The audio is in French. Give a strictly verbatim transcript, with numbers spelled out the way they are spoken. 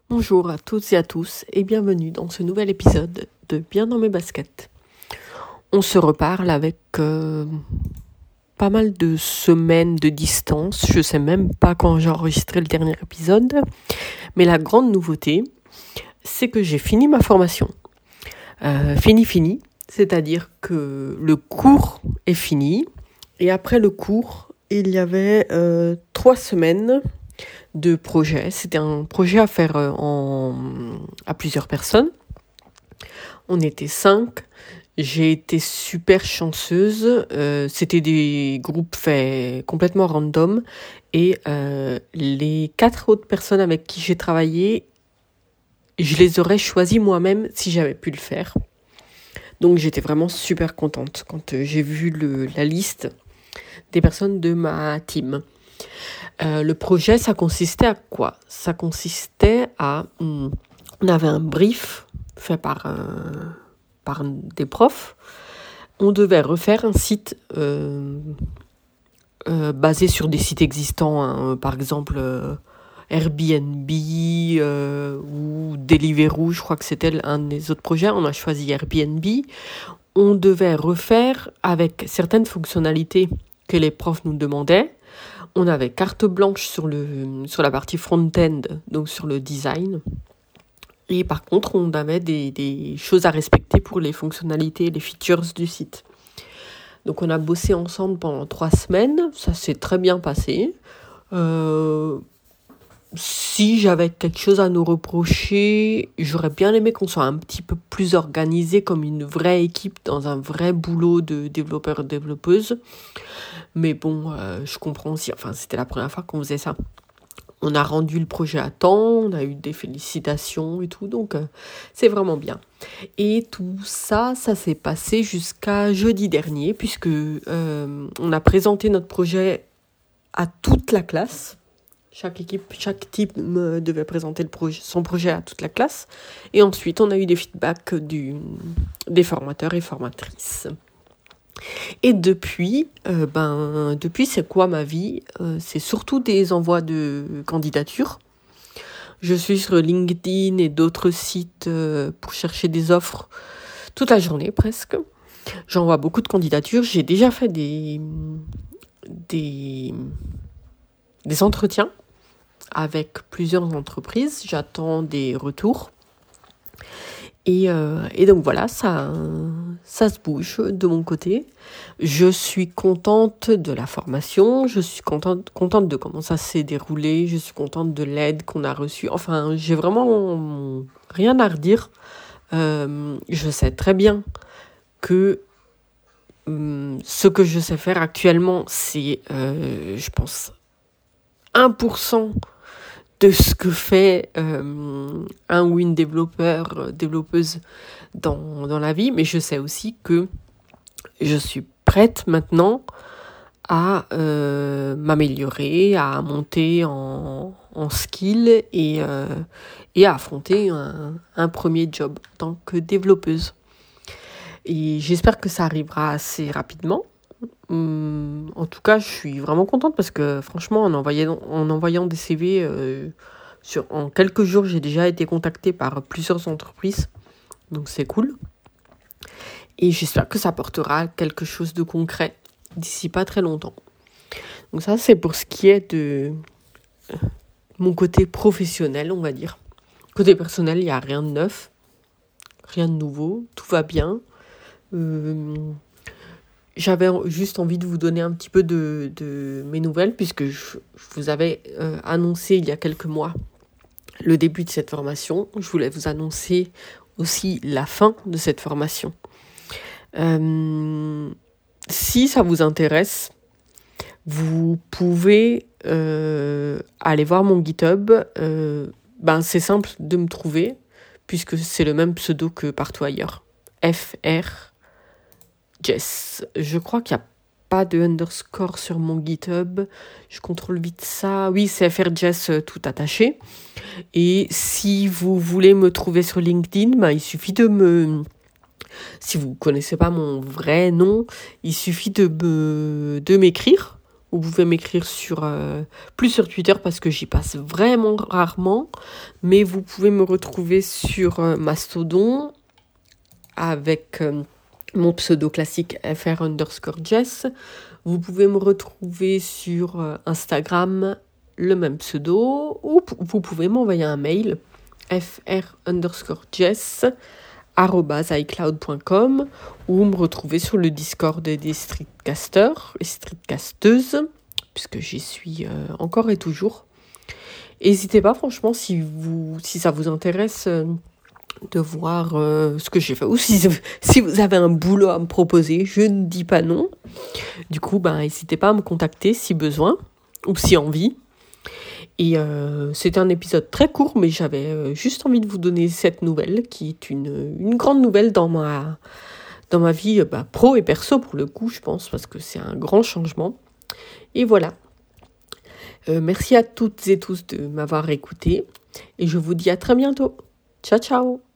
Bonjour à toutes et à tous et bienvenue dans ce nouvel épisode de Bien dans mes baskets. On se reparle avec euh, pas mal de semaines de distance. Je sais même pas quand j'ai enregistré le dernier épisode, mais la grande nouveauté, c'est que j'ai fini ma formation. Euh, fini, fini, c'est-à-dire que le cours est fini et après le cours, il y avait euh, trois semaines de projet. C'était un projet à faire en, à plusieurs personnes. On était cinq. J'ai été super chanceuse. Euh, c'était des groupes faits complètement random. Et euh, les quatre autres personnes avec qui j'ai travaillé, je les aurais choisies moi-même si j'avais pu le faire. Donc j'étais vraiment super contente quand j'ai vu le, la liste des personnes de ma team. Euh, le projet, ça consistait à quoi ? Ça consistait à... Hmm, on avait un brief fait par, un, par des profs. On devait refaire un site euh, euh, basé sur des sites existants, hein, par exemple euh, Airbnb euh, ou Deliveroo, je crois que c'était un des autres projets. On a choisi Airbnb. On devait refaire avec certaines fonctionnalités que les profs nous demandaient. On avait carte blanche sur, le, sur la partie front-end, donc sur le design. Et par contre, on avait des, des choses à respecter pour les fonctionnalités et les features du site. Donc on a bossé ensemble pendant trois semaines. Ça s'est très bien passé. Euh, si j'avais quelque chose à nous reprocher, j'aurais bien aimé qu'on soit un petit peu plus organisé comme une vraie équipe dans un vrai boulot de développeur-développeuse. Mais bon, euh, je comprends aussi, enfin c'était la première fois qu'on faisait ça. On a rendu le projet à temps, on a eu des félicitations et tout, donc euh, c'est vraiment bien. Et tout ça, ça s'est passé jusqu'à jeudi dernier, puisque euh, on a présenté notre projet à toute la classe. Chaque équipe, chaque type euh, devait présenter le projet, son projet à toute la classe. Et ensuite, on a eu des feedbacks du, des formateurs et formatrices. Et depuis, euh, ben, depuis c'est quoi ma vie ? euh, C'est surtout des envois de candidatures. Je suis sur LinkedIn et d'autres sites euh, pour chercher des offres toute la journée presque. J'envoie beaucoup de candidatures. J'ai déjà fait des, des, des entretiens avec plusieurs entreprises. J'attends des retours. Et, euh, et donc voilà, ça, ça se bouge de mon côté. Je suis contente de la formation, je suis contente, contente de comment ça s'est déroulé, je suis contente de l'aide qu'on a reçue. Enfin, j'ai vraiment rien à redire. Euh, je sais très bien que euh, ce que je sais faire actuellement, c'est, euh, je pense, un pour cent de ce que fait euh, un ou une développeur, développeuse dans, dans la vie, mais je sais aussi que je suis prête maintenant à euh, m'améliorer, à monter en, en skill et, euh, et à affronter un, un premier job en tant que développeuse. Et j'espère que ça arrivera assez rapidement. Hum, en tout cas, je suis vraiment contente parce que franchement, en envoyant, en envoyant des C V, euh, sur, en quelques jours, j'ai déjà été contactée par plusieurs entreprises. Donc c'est cool. Et j'espère que ça portera quelque chose de concret d'ici pas très longtemps. Donc ça, c'est pour ce qui est de mon côté professionnel, on va dire. Côté personnel, il n'y a rien de neuf, rien de nouveau, tout va bien. Euh, J'avais juste envie de vous donner un petit peu de, de mes nouvelles, puisque je, je vous avais euh, annoncé il y a quelques mois le début de cette formation. Je voulais vous annoncer aussi la fin de cette formation. Euh, si ça vous intéresse, vous pouvez euh, aller voir mon GitHub. Euh, ben, c'est simple de me trouver, puisque c'est le même pseudo que partout ailleurs. F R Jess. Je crois qu'il n'y a pas de underscore sur mon GitHub. Je contrôle vite ça. Oui, c'est F R Jess euh, tout attaché. Et si vous voulez me trouver sur LinkedIn, ben, il suffit de me... Si vous ne connaissez pas mon vrai nom, il suffit de, me... de m'écrire Vous pouvez m'écrire sur euh, plus sur Twitter parce que j'y passe vraiment rarement, mais vous pouvez me retrouver sur euh, Mastodon avec euh, mon pseudo classique fr underscore jess. Vous pouvez me retrouver sur euh, Instagram, le même pseudo, ou p- vous pouvez m'envoyer un mail fr underscore jess arobase icloud point com ou me retrouver sur le Discord des streetcasters et streetcasteuses, puisque j'y suis euh, encore et toujours. N'hésitez pas, franchement, si, vous, si ça vous intéresse euh, de voir euh, ce que j'ai fait, ou si, si vous avez un boulot à me proposer, je ne dis pas non. Du coup, ben, n'hésitez pas à me contacter si besoin, ou si envie. Et euh, c'était un épisode très court, mais j'avais euh, juste envie de vous donner cette nouvelle, qui est une, une grande nouvelle dans ma, dans ma vie bah, pro et perso, pour le coup, je pense, parce que c'est un grand changement. Et voilà. Euh, merci à toutes et tous de m'avoir écouté, et je vous dis à très bientôt. Ciao, ciao.